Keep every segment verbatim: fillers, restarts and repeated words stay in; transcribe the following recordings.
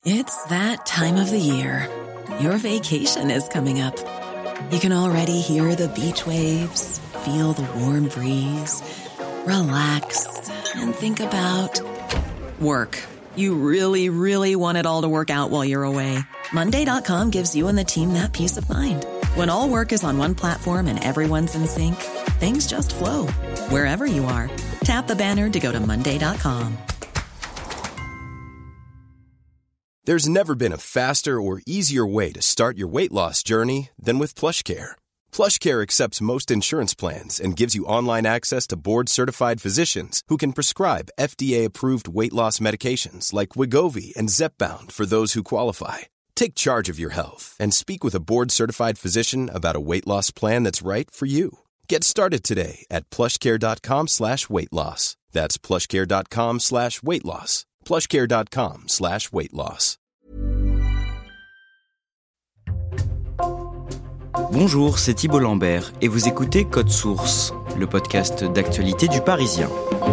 It's that time of the year. Your vacation is coming up. You can already hear the beach waves, feel the warm breeze, relax, and think about work. You really, really want it all to work out while you're away. Monday dot com gives you and the team that peace of mind. When all work is on one platform and everyone's in sync, things just flow. Wherever you are, tap the banner to go to Monday dot com. There's never been a faster or easier way to start your weight loss journey than with PlushCare. PlushCare accepts most insurance plans and gives you online access to board-certified physicians who can prescribe F D A-approved weight loss medications like Wegovy and Zepbound for those who qualify. Take charge of your health and speak with a board-certified physician about a weight loss plan that's right for you. Get started today at plushcare.com slash weight loss. That's plushcare.com slash weight loss. plushcare.com slash weight loss. Bonjour, c'est Thibault Lambert et vous écoutez Code Source, le podcast d'actualité du Parisien.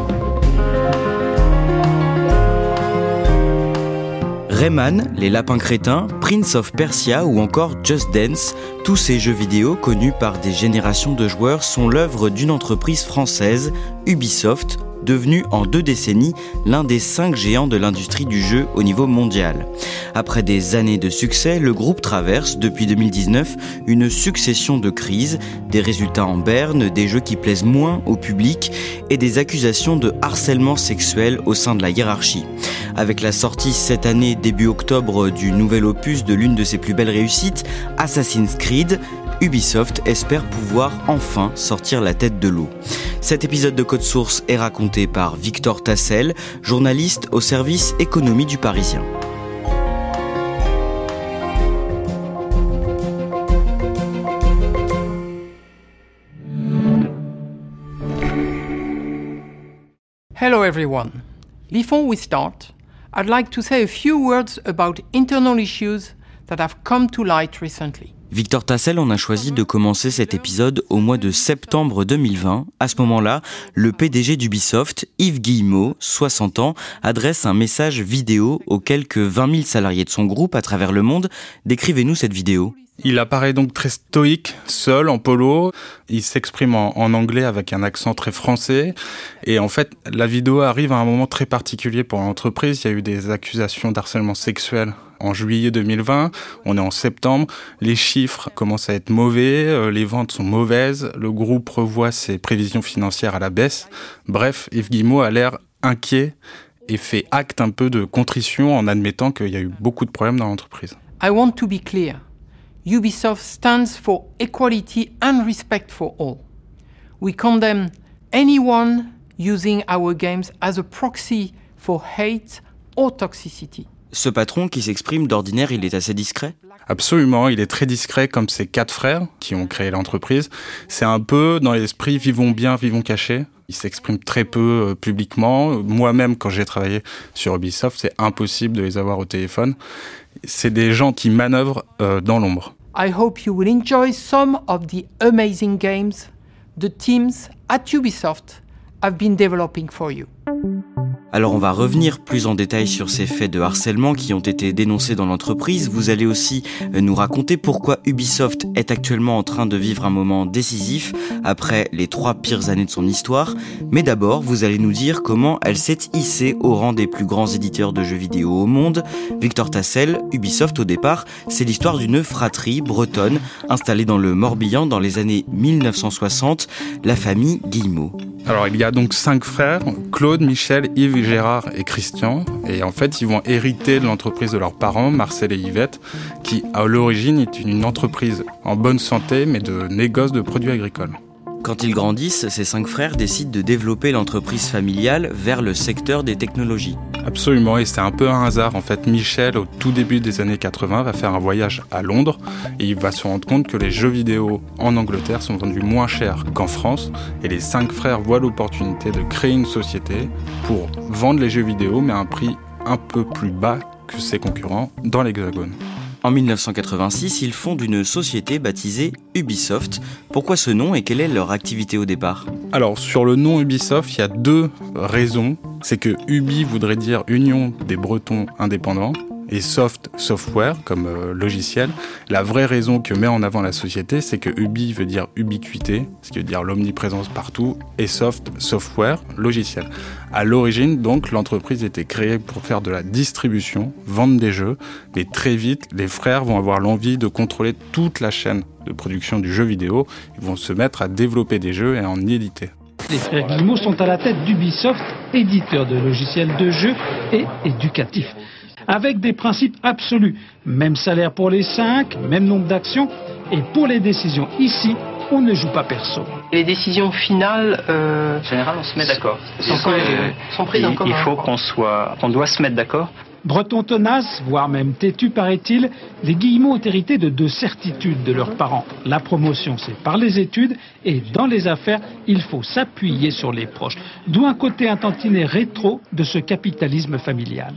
Rayman, les lapins crétins, Prince of Persia ou encore Just Dance, tous ces jeux vidéo connus par des générations de joueurs sont l'œuvre d'une entreprise française, Ubisoft, devenu en deux décennies l'un des cinq géants de l'industrie du jeu au niveau mondial. Après des années de succès, le groupe traverse depuis deux mille dix-neuf une succession de crises, des résultats en berne, des jeux qui plaisent moins au public et des accusations de harcèlement sexuel au sein de la hiérarchie. Avec la sortie cette année début octobre du nouvel opus de l'une de ses plus belles réussites, Assassin's Creed, Ubisoft espère pouvoir enfin sortir la tête de l'eau. Cet épisode de Code Source est raconté par Victor Tassel, journaliste au service économie du Parisien. Hello everyone. Before we start, I'd like to say a few words about internal issues that have come to light recently. Victor Tassel en a choisi de commencer cet épisode au mois de septembre deux mille vingt. À ce moment-là, le P D G d'Ubisoft, Yves Guillemot, soixante ans, adresse un message vidéo aux quelques vingt mille salariés de son groupe à travers le monde. Décrivez-nous cette vidéo. Il apparaît donc très stoïque, seul, en polo. Il s'exprime en, en anglais avec un accent très français. Et en fait, la vidéo arrive à un moment très particulier pour l'entreprise. Il y a eu des accusations d'harcèlement sexuel en juillet deux mille vingt. On est en septembre. Les chiffres commencent à être mauvais. Les ventes sont mauvaises. Le groupe revoit ses prévisions financières à la baisse. Bref, Yves Guillemot a l'air inquiet et fait acte un peu de contrition en admettant qu'il y a eu beaucoup de problèmes dans l'entreprise. I want to be clear. Ubisoft stands for equality and respect for all. We condemn anyone using our games as a proxy for hate or toxicity. Ce patron qui s'exprime d'ordinaire, il est assez discret ? Absolument, il est très discret comme ses quatre frères qui ont créé l'entreprise. C'est un peu dans l'esprit « vivons bien, vivons cachés ». Il s'exprime très peu euh, publiquement. Moi-même, quand j'ai travaillé sur Ubisoft, c'est impossible de les avoir au téléphone. C'est des gens qui manœuvrent euh, dans l'ombre. I hope you will enjoy some of the amazing games the teams at Ubisoft have been developing for you. Alors on va revenir plus en détail sur ces faits de harcèlement qui ont été dénoncés dans l'entreprise. Vous allez aussi nous raconter pourquoi Ubisoft est actuellement en train de vivre un moment décisif après les trois pires années de son histoire. Mais d'abord, vous allez nous dire comment elle s'est hissée au rang des plus grands éditeurs de jeux vidéo au monde. Victor Tassel, Ubisoft au départ, c'est l'histoire d'une fratrie bretonne installée dans le Morbihan dans les années mille neuf cent soixante, la famille Guillemot. Alors il y a donc cinq frères, Claude, Michel, Yves, Gérard et Christian. Et en fait, ils vont hériter de l'entreprise de leurs parents, Marcel et Yvette, qui à l'origine est une entreprise en bonne santé, mais de négoce de produits agricoles. Quand ils grandissent, ces cinq frères décident de développer l'entreprise familiale vers le secteur des technologies. Absolument, et c'est un peu un hasard. En fait, Michel, au tout début des années quatre-vingts, va faire un voyage à Londres et il va se rendre compte que les jeux vidéo en Angleterre sont vendus moins cher qu'en France. Et les cinq frères voient l'opportunité de créer une société pour vendre les jeux vidéo, mais à un prix un peu plus bas que ses concurrents dans l'Hexagone. En dix-neuf cent quatre-vingt-six, ils fondent une société baptisée Ubisoft. Pourquoi ce nom et quelle est leur activité au départ ? Alors, sur le nom Ubisoft, il y a deux raisons. C'est que Ubi voudrait dire Union des Bretons indépendants. et soft, software, comme euh, logiciel. La vraie raison que met en avant la société, c'est que Ubi veut dire ubiquité, ce qui veut dire l'omniprésence partout, et soft, software, logiciel. À l'origine, donc, l'entreprise était créée pour faire de la distribution, vendre des jeux, mais très vite, les frères vont avoir l'envie de contrôler toute la chaîne de production du jeu vidéo. Ils vont se mettre à développer des jeux et à en éditer. Les frères Guillemot sont à la tête d'Ubisoft, éditeur de logiciels de jeux et éducatif. Avec des principes absolus, même salaire pour les cinq, même nombre d'actions, et pour les décisions ici, on ne joue pas perso. Les décisions finales, euh, en général, on se met d'accord. Sont, sont, euh, sont prises en commun. Il faut qu'on soit, on doit se mettre d'accord. Breton tenace, voire même têtu paraît-il, les Guillemot ont hérité de deux certitudes de leurs parents. La promotion, c'est par les études, et dans les affaires, il faut s'appuyer sur les proches. D'où un côté un tantinet rétro de ce capitalisme familial.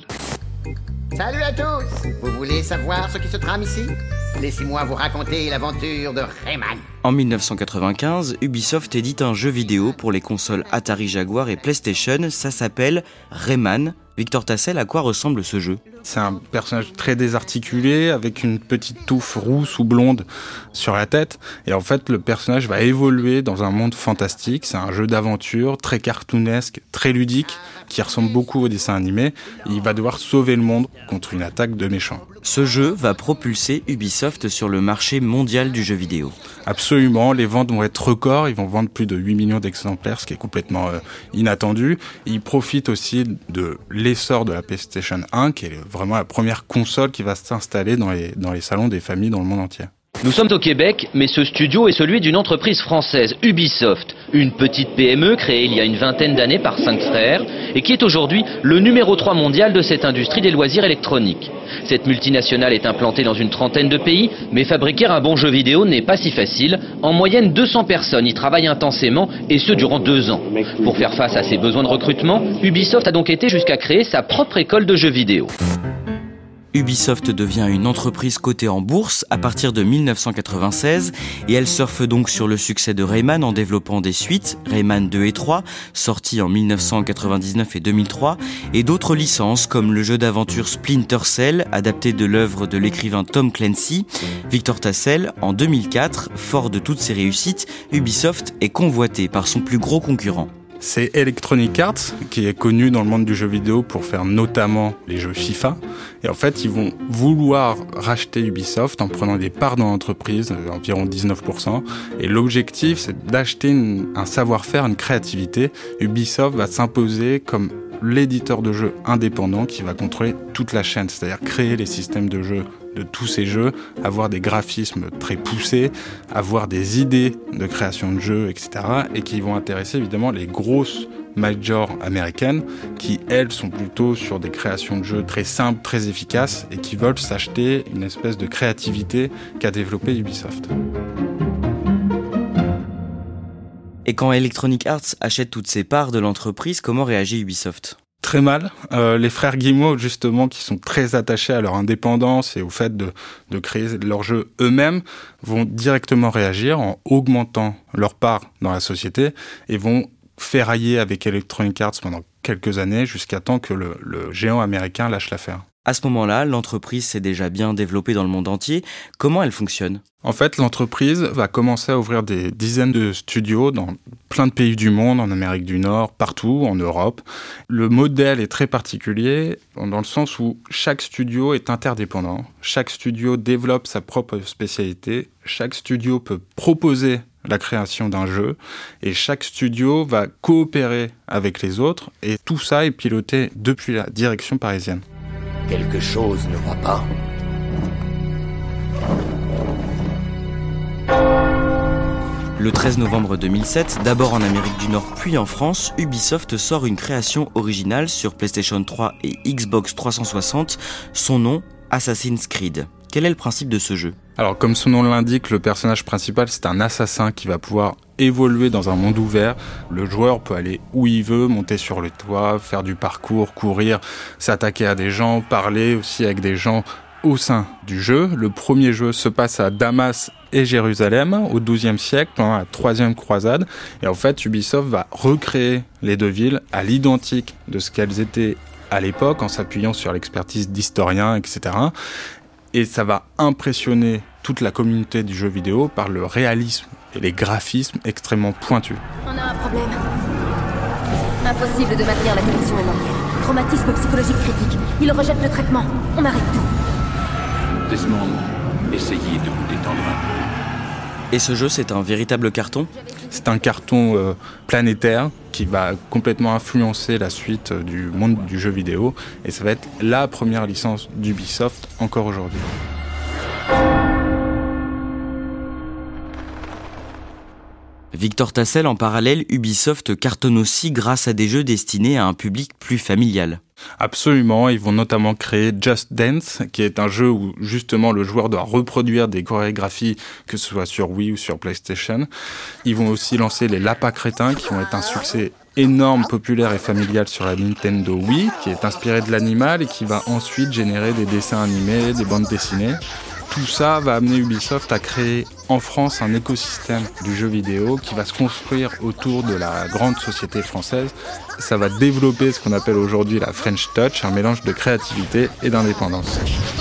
Salut à tous! Vous voulez savoir ce qui se trame ici? Laissez-moi vous raconter l'aventure de Rayman. En dix-neuf cent quatre-vingt-quinze, Ubisoft édite un jeu vidéo pour les consoles Atari Jaguar et PlayStation. Ça s'appelle Rayman. Victor Tassel, à quoi ressemble ce jeu ? C'est un personnage très désarticulé, avec une petite touffe rousse ou blonde sur la tête. Et en fait, le personnage va évoluer dans un monde fantastique. C'est un jeu d'aventure, très cartoonesque, très ludique, qui ressemble beaucoup au dessin animé. Et il va devoir sauver le monde contre une attaque de méchants. Ce jeu va propulser Ubisoft sur le marché mondial du jeu vidéo. Absolument, les ventes vont être records, ils vont vendre plus de huit millions d'exemplaires, ce qui est complètement euh, inattendu. Ils profitent aussi de l'essor de la PlayStation un, qui est vraiment la première console qui va s'installer dans les, dans les salons des familles dans le monde entier. Nous sommes au Québec, mais ce studio est celui d'une entreprise française, Ubisoft, une petite P M E créée il y a une vingtaine d'années par cinq frères et qui est aujourd'hui le numéro trois mondial de cette industrie des loisirs électroniques. Cette multinationale est implantée dans une trentaine de pays, mais fabriquer un bon jeu vidéo n'est pas si facile. En moyenne, deux cents personnes y travaillent intensément, et ce durant deux ans. Pour faire face à ses besoins de recrutement, Ubisoft a donc été jusqu'à créer sa propre école de jeux vidéo. Ubisoft devient une entreprise cotée en bourse à partir de dix-neuf cent quatre-vingt-seize et elle surfe donc sur le succès de Rayman en développant des suites, Rayman deux et trois, sortis en dix-neuf cent quatre-vingt-dix-neuf et deux mille trois, et d'autres licences comme le jeu d'aventure Splinter Cell, adapté de l'œuvre de l'écrivain Tom Clancy. Victor Tassel, en deux mille quatre, fort de toutes ses réussites, Ubisoft est convoité par son plus gros concurrent. C'est Electronic Arts, qui est connu dans le monde du jeu vidéo pour faire notamment les jeux FIFA. Et en fait, ils vont vouloir racheter Ubisoft en prenant des parts dans l'entreprise, environ dix-neuf pour cent. Et l'objectif, c'est d'acheter une, un savoir-faire, une créativité. Ubisoft va s'imposer comme l'éditeur de jeux indépendant qui va contrôler toute la chaîne, c'est-à-dire créer les systèmes de jeu de tous ces jeux, avoir des graphismes très poussés, avoir des idées de création de jeux, et cetera. Et qui vont intéresser évidemment les grosses majors américaines qui, elles, sont plutôt sur des créations de jeux très simples, très efficaces et qui veulent s'acheter une espèce de créativité qu'a développée Ubisoft. Et quand Electronic Arts achète toutes ses parts de l'entreprise, comment réagit Ubisoft ? Très mal. Euh, les frères Guillemot, justement, qui sont très attachés à leur indépendance et au fait de, de créer leurs jeux eux-mêmes, vont directement réagir en augmentant leur part dans la société et vont ferrailler avec Electronic Arts pendant quelques années jusqu'à temps que le, le géant américain lâche l'affaire. À ce moment-là, l'entreprise s'est déjà bien développée dans le monde entier. Comment elle fonctionne ? En fait, l'entreprise va commencer à ouvrir des dizaines de studios dans plein de pays du monde, en Amérique du Nord, partout, en Europe. Le modèle est très particulier dans le sens où chaque studio est interdépendant. Chaque studio développe sa propre spécialité. Chaque studio peut proposer la création d'un jeu et chaque studio va coopérer avec les autres et tout ça est piloté depuis la direction parisienne. Quelque chose ne va pas. Le treize novembre deux mille sept, d'abord en Amérique du Nord puis en France, Ubisoft sort une création originale sur PlayStation trois et Xbox trois cent soixante, son nom, Assassin's Creed. Quel est le principe de ce jeu ? Alors, comme son nom l'indique, le personnage principal, c'est un assassin qui va pouvoir évoluer dans un monde ouvert. Le joueur peut aller où il veut, monter sur le toit, faire du parcours, courir, s'attaquer à des gens, parler aussi avec des gens au sein du jeu. Le premier jeu se passe à Damas et Jérusalem au douzième siècle, pendant la troisième croisade. Et en fait, Ubisoft va recréer les deux villes à l'identique de ce qu'elles étaient à l'époque en s'appuyant sur l'expertise d'historiens, et cetera. Et ça va impressionner toute la communauté du jeu vidéo par le réalisme et les graphismes extrêmement pointus. On a un problème. Impossible de maintenir la connexion mémorielle. Traumatisme psychologique critique. Il rejette le traitement. On arrête tout. Desmond, essayez de vous détendre un peu. Et ce jeu, c'est un véritable carton ? C'est un carton euh, planétaire qui va complètement influencer la suite euh, du monde du jeu vidéo. Et ça va être la première licence d'Ubisoft encore aujourd'hui. Victor Tassel, en parallèle, Ubisoft cartonne aussi grâce à des jeux destinés à un public plus familial. Absolument, ils vont notamment créer Just Dance, qui est un jeu où justement le joueur doit reproduire des chorégraphies, que ce soit sur Wii ou sur PlayStation. Ils vont aussi lancer les Lapins Crétins, qui vont être un succès énorme, populaire et familial sur la Nintendo Wii, qui est inspiré de l'animal et qui va ensuite générer des dessins animés, des bandes dessinées. Tout ça va amener Ubisoft à créer en France un écosystème du jeu vidéo qui va se construire autour de la grande société française. Ça va développer ce qu'on appelle aujourd'hui la French Touch, un mélange de créativité et d'indépendance.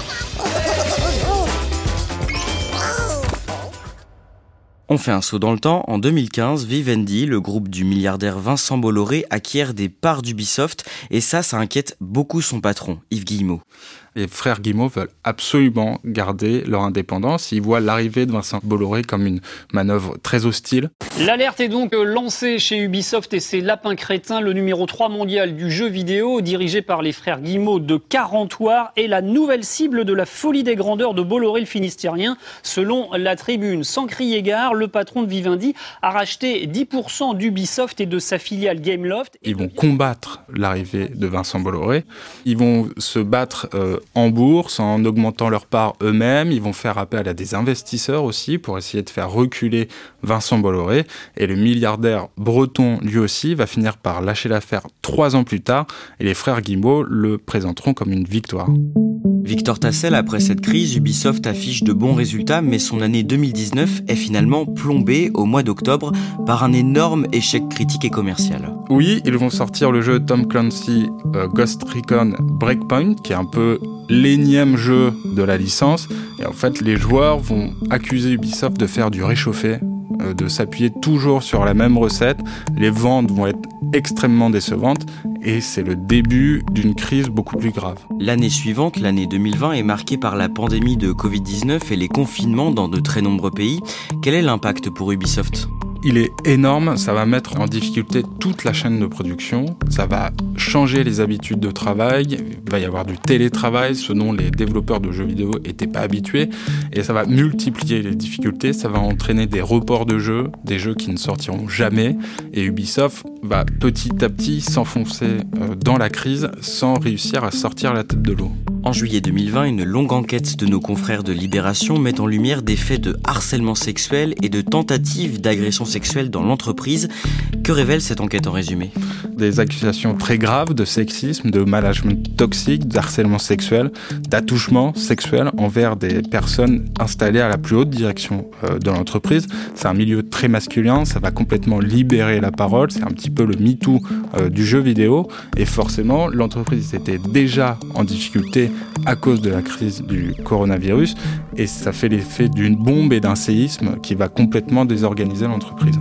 On fait un saut dans le temps. En deux mille quinze, Vivendi, le groupe du milliardaire Vincent Bolloré, acquiert des parts d'Ubisoft. Et ça, ça inquiète beaucoup son patron, Yves Guillemot. Les frères Guillemot veulent absolument garder leur indépendance. Ils voient l'arrivée de Vincent Bolloré comme une manœuvre très hostile. L'alerte est donc lancée chez Ubisoft et ses Lapins Crétins. Le numéro trois mondial du jeu vidéo, dirigé par les frères Guillemot de Carentoire, est la nouvelle cible de la folie des grandeurs de Bolloré le Finistérien. Selon la Tribune, sans crier gare, le patron de Vivendi a racheté dix pour cent d'Ubisoft et de sa filiale Gameloft. Ils vont combattre l'arrivée de Vincent Bolloré. Ils vont se battre euh, en bourse, en augmentant leur part eux-mêmes. Ils vont faire appel à des investisseurs aussi pour essayer de faire reculer Vincent Bolloré. Et le milliardaire breton, lui aussi, va finir par lâcher l'affaire trois ans plus tard. Et les frères Guillemot le présenteront comme une victoire. Victor Tassel, après cette crise, Ubisoft affiche de bons résultats, mais son année deux mille dix-neuf est finalement plombée au mois d'octobre par un énorme échec critique et commercial. Oui, ils vont sortir le jeu Tom Clancy euh, Ghost Recon Breakpoint, qui est un peu l'énième jeu de la licence. Et en fait, les joueurs vont accuser Ubisoft de faire du réchauffé, euh, de s'appuyer toujours sur la même recette. Les ventes vont être extrêmement décevantes et c'est le début d'une crise beaucoup plus grave. L'année suivante, l'année deux mille vingt, est marquée par la pandémie de covid dix-neuf et les confinements dans de très nombreux pays. Quel est l'impact pour Ubisoft ? Il est énorme, ça va mettre en difficulté toute la chaîne de production, ça va changer les habitudes de travail, il va y avoir du télétravail, ce dont les développeurs de jeux vidéo n'étaient pas habitués, et ça va multiplier les difficultés, ça va entraîner des reports de jeux, des jeux qui ne sortiront jamais, et Ubisoft va petit à petit s'enfoncer dans la crise sans réussir à sortir la tête de l'eau. En juillet deux mille vingt, une longue enquête de nos confrères de Libération met en lumière des faits de harcèlement sexuel et de tentatives d'agression sexuelle dans l'entreprise. Que révèle cette enquête en résumé ? Des accusations très graves de sexisme, de management toxique, d'harcèlement sexuel, d'attouchement sexuel envers des personnes installées à la plus haute direction de l'entreprise. C'est un milieu très masculin, ça va complètement libérer la parole, c'est un petit peu le MeToo du jeu vidéo. Et forcément, l'entreprise était déjà en difficulté à cause de la crise du coronavirus et ça fait l'effet d'une bombe et d'un séisme qui va complètement désorganiser l'entreprise.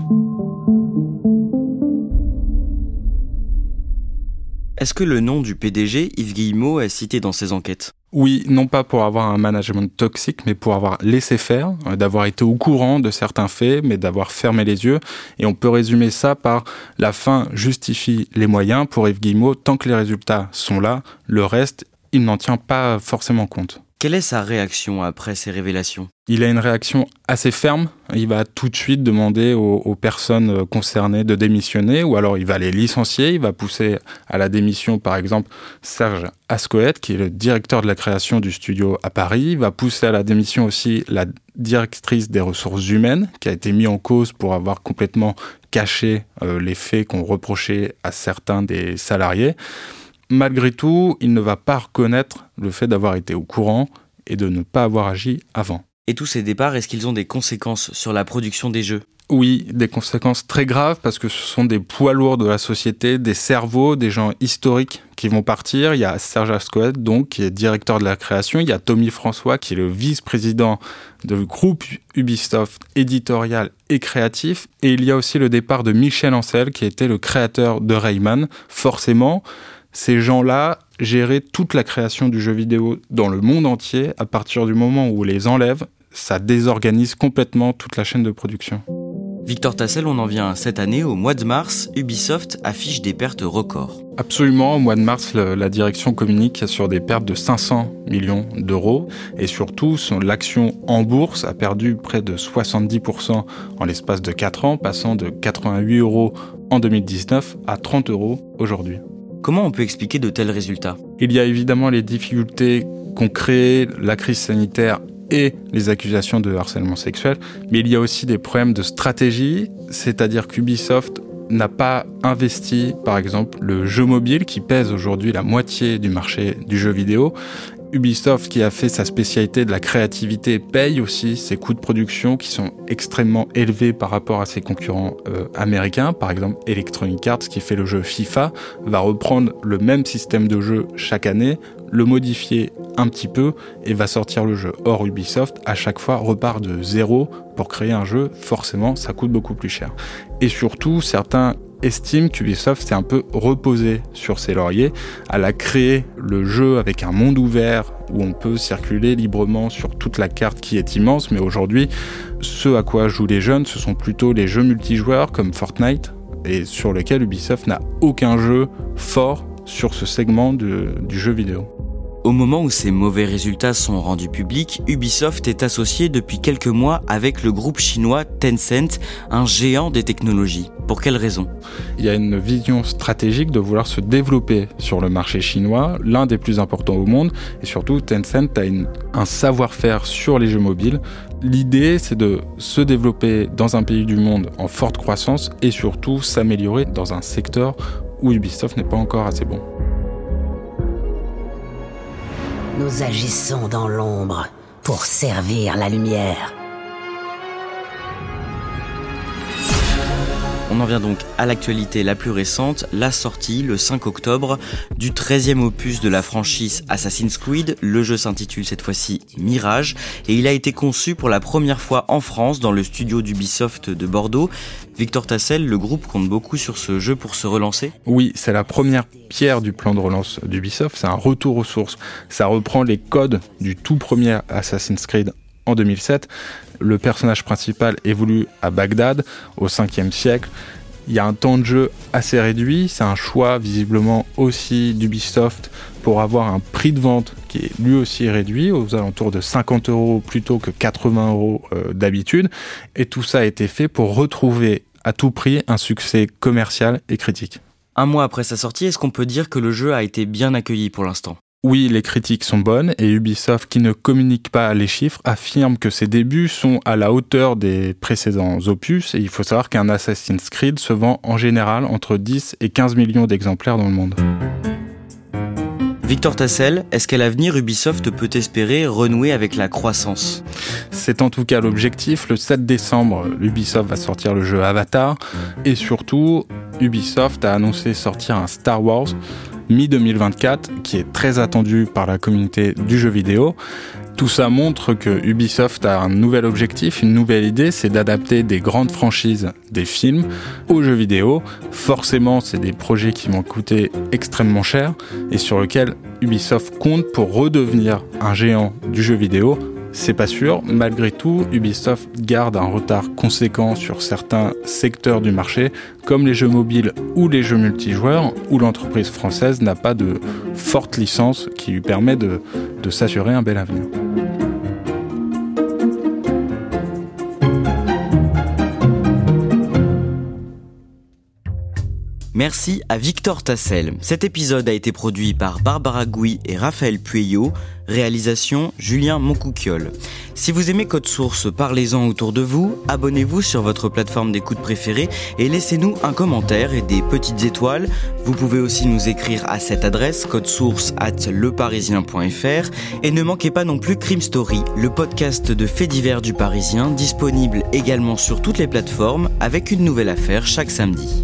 Est-ce que le nom du P D G, Yves Guillemot, est cité dans ces enquêtes ? Oui, non pas pour avoir un management toxique, mais pour avoir laissé faire, d'avoir été au courant de certains faits, mais d'avoir fermé les yeux. Et on peut résumer ça par la fin justifie les moyens. Pour Yves Guillemot, tant que les résultats sont là, le reste, il n'en tient pas forcément compte. Quelle est sa réaction après ces révélations ? Il a une réaction assez ferme. Il va tout de suite demander aux, aux personnes concernées de démissionner ou alors il va les licencier. Il va pousser à la démission, par exemple, Serge Ascoët, qui est le directeur de la création du studio à Paris. Il va pousser à la démission aussi la directrice des ressources humaines, qui a été mise en cause pour avoir complètement caché euh, les faits qu'on reprochait à certains des salariés. Malgré tout, il ne va pas reconnaître le fait d'avoir été au courant et de ne pas avoir agi avant. Et tous ces départs, est-ce qu'ils ont des conséquences sur la production des jeux ? Oui, des conséquences très graves parce que ce sont des poids lourds de la société, des cerveaux, des gens historiques qui vont partir. Il y a Serge Ascoët, donc, qui est directeur de la création. Il y a Tommy François, qui est le vice-président du groupe Ubisoft éditorial et créatif. Et il y a aussi le départ de Michel Ancel, qui était le créateur de Rayman. Forcément, ces gens-là géraient toute la création du jeu vidéo dans le monde entier. À partir du moment où on les enlève, ça désorganise complètement toute la chaîne de production. Victor Tassel, on en vient cette année, au mois de mars, Ubisoft affiche des pertes records. Absolument, au mois de mars, le, la direction communique sur des pertes de cinq cents millions d'euros et surtout, son, l'action en bourse a perdu près de soixante-dix pour cent en l'espace de quatre ans, passant de quatre-vingt-huit euros en deux mille dix-neuf à trente euros aujourd'hui. Comment on peut expliquer de tels résultats ? Il y a évidemment les difficultés qu'ont créées la crise sanitaire et les accusations de harcèlement sexuel, mais il y a aussi des problèmes de stratégie, c'est-à-dire qu'Ubisoft n'a pas investi, par exemple, le jeu mobile qui pèse aujourd'hui la moitié du marché du jeu vidéo. Ubisoft, qui a fait sa spécialité de la créativité, paye aussi ses coûts de production qui sont extrêmement élevés par rapport à ses concurrents euh, américains. Par exemple, Electronic Arts, qui fait le jeu FIFA, va reprendre le même système de jeu chaque année, le modifier un petit peu et va sortir le jeu. Or, Ubisoft, à chaque fois, repart de zéro pour créer un jeu. Forcément, ça coûte beaucoup plus cher. Et surtout, certains estime qu'Ubisoft s'est un peu reposé sur ses lauriers. Elle a créé le jeu avec un monde ouvert où on peut circuler librement sur toute la carte qui est immense, mais aujourd'hui, ce à quoi jouent les jeunes, ce sont plutôt les jeux multijoueurs comme Fortnite, et sur lesquels Ubisoft n'a aucun jeu fort sur ce segment de, du jeu vidéo. Au moment où ces mauvais résultats sont rendus publics, Ubisoft est associé depuis quelques mois avec le groupe chinois Tencent, un géant des technologies. Pour quelles raisons ? Il y a une vision stratégique de vouloir se développer sur le marché chinois, l'un des plus importants au monde, et surtout Tencent a une, un savoir-faire sur les jeux mobiles. L'idée, c'est de se développer dans un pays du monde en forte croissance et surtout s'améliorer dans un secteur où Ubisoft n'est pas encore assez bon. Nous agissons dans l'ombre pour servir la lumière. On en vient donc à l'actualité la plus récente, la sortie le cinq octobre du treizième opus de la franchise Assassin's Creed. Le jeu s'intitule cette fois-ci Mirage et il a été conçu pour la première fois en France dans le studio d'Ubisoft de Bordeaux. Victor Tassel, le groupe compte beaucoup sur ce jeu pour se relancer ? Oui, c'est la première pierre du plan de relance d'Ubisoft, c'est un retour aux sources. Ça reprend les codes du tout premier Assassin's Creed en deux mille sept. Le personnage principal évolue à Bagdad au cinquième siècle. Il y a un temps de jeu assez réduit. C'est un choix visiblement aussi d'Ubisoft pour avoir un prix de vente qui est lui aussi réduit, aux alentours de cinquante euros plutôt que quatre-vingts euros euh, d'habitude. Et tout ça a été fait pour retrouver à tout prix un succès commercial et critique. Un mois après sa sortie, est-ce qu'on peut dire que le jeu a été bien accueilli pour l'instant ? Oui, les critiques sont bonnes et Ubisoft, qui ne communique pas les chiffres, affirme que ses débuts sont à la hauteur des précédents opus. Et il faut savoir qu'un Assassin's Creed se vend en général entre dix et quinze millions d'exemplaires dans le monde. Victor Tassel, est-ce qu'à l'avenir, Ubisoft peut espérer renouer avec la croissance ? C'est en tout cas l'objectif. Le sept décembre, Ubisoft va sortir le jeu Avatar. Et surtout, Ubisoft a annoncé sortir un Star Wars mi deux mille vingt-quatre, qui est très attendu par la communauté du jeu vidéo. Tout ça montre que Ubisoft a un nouvel objectif, une nouvelle idée, c'est d'adapter des grandes franchises, des films, aux jeux vidéo. Forcément, c'est des projets qui vont coûter extrêmement cher et sur lesquels Ubisoft compte pour redevenir un géant du jeu vidéo. C'est pas sûr, malgré tout, Ubisoft garde un retard conséquent sur certains secteurs du marché, comme les jeux mobiles ou les jeux multijoueurs, où l'entreprise française n'a pas de forte licence qui lui permet de, de s'assurer un bel avenir. Merci à Victor Tassel. Cet épisode a été produit par Barbara Gouy et Raphaël Pueyo. Réalisation Julien Moncouquiol. Si vous aimez Code Source, parlez-en autour de vous, abonnez-vous sur votre plateforme d'écoute préférée et laissez-nous un commentaire et des petites étoiles. Vous pouvez aussi nous écrire à cette adresse codesource arobase leparisien point fr et ne manquez pas non plus Crime Story, le podcast de faits divers du Parisien, disponible également sur toutes les plateformes avec une nouvelle affaire chaque samedi.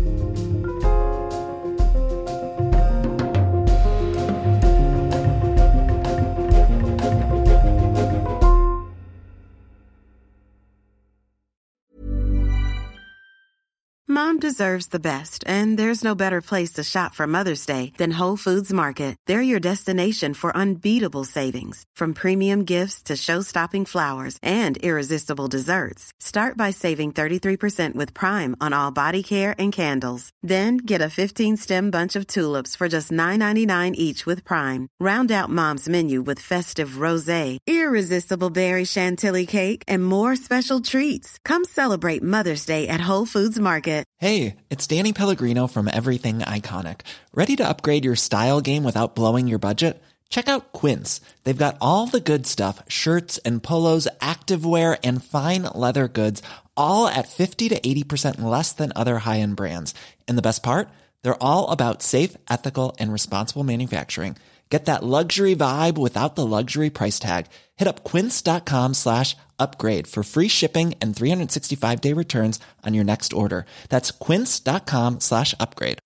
Mom deserves the best, and there's no better place to shop for Mother's Day than Whole Foods Market. They're your destination for unbeatable savings, from premium gifts to show-stopping flowers and irresistible desserts. Start by saving thirty-three percent with Prime on all body care and candles. Then get a fifteen-stem bunch of tulips for just nine ninety-nine each with Prime. Round out Mom's menu with festive rosé, irresistible berry chantilly cake, and more special treats. Come celebrate Mother's Day at Whole Foods Market. Hey, it's Danny Pellegrino from Everything Iconic. Ready to upgrade your style game without blowing your budget? Check out Quince. They've got all the good stuff, shirts and polos, activewear, and fine leather goods, all at fifty to eighty percent less than other high-end brands. And the best part? They're all about safe, ethical, and responsible manufacturing. Get that luxury vibe without the luxury price tag. Hit up quince.com slash upgrade for free shipping and three sixty-five day returns on your next order. That's quince.com slash upgrade.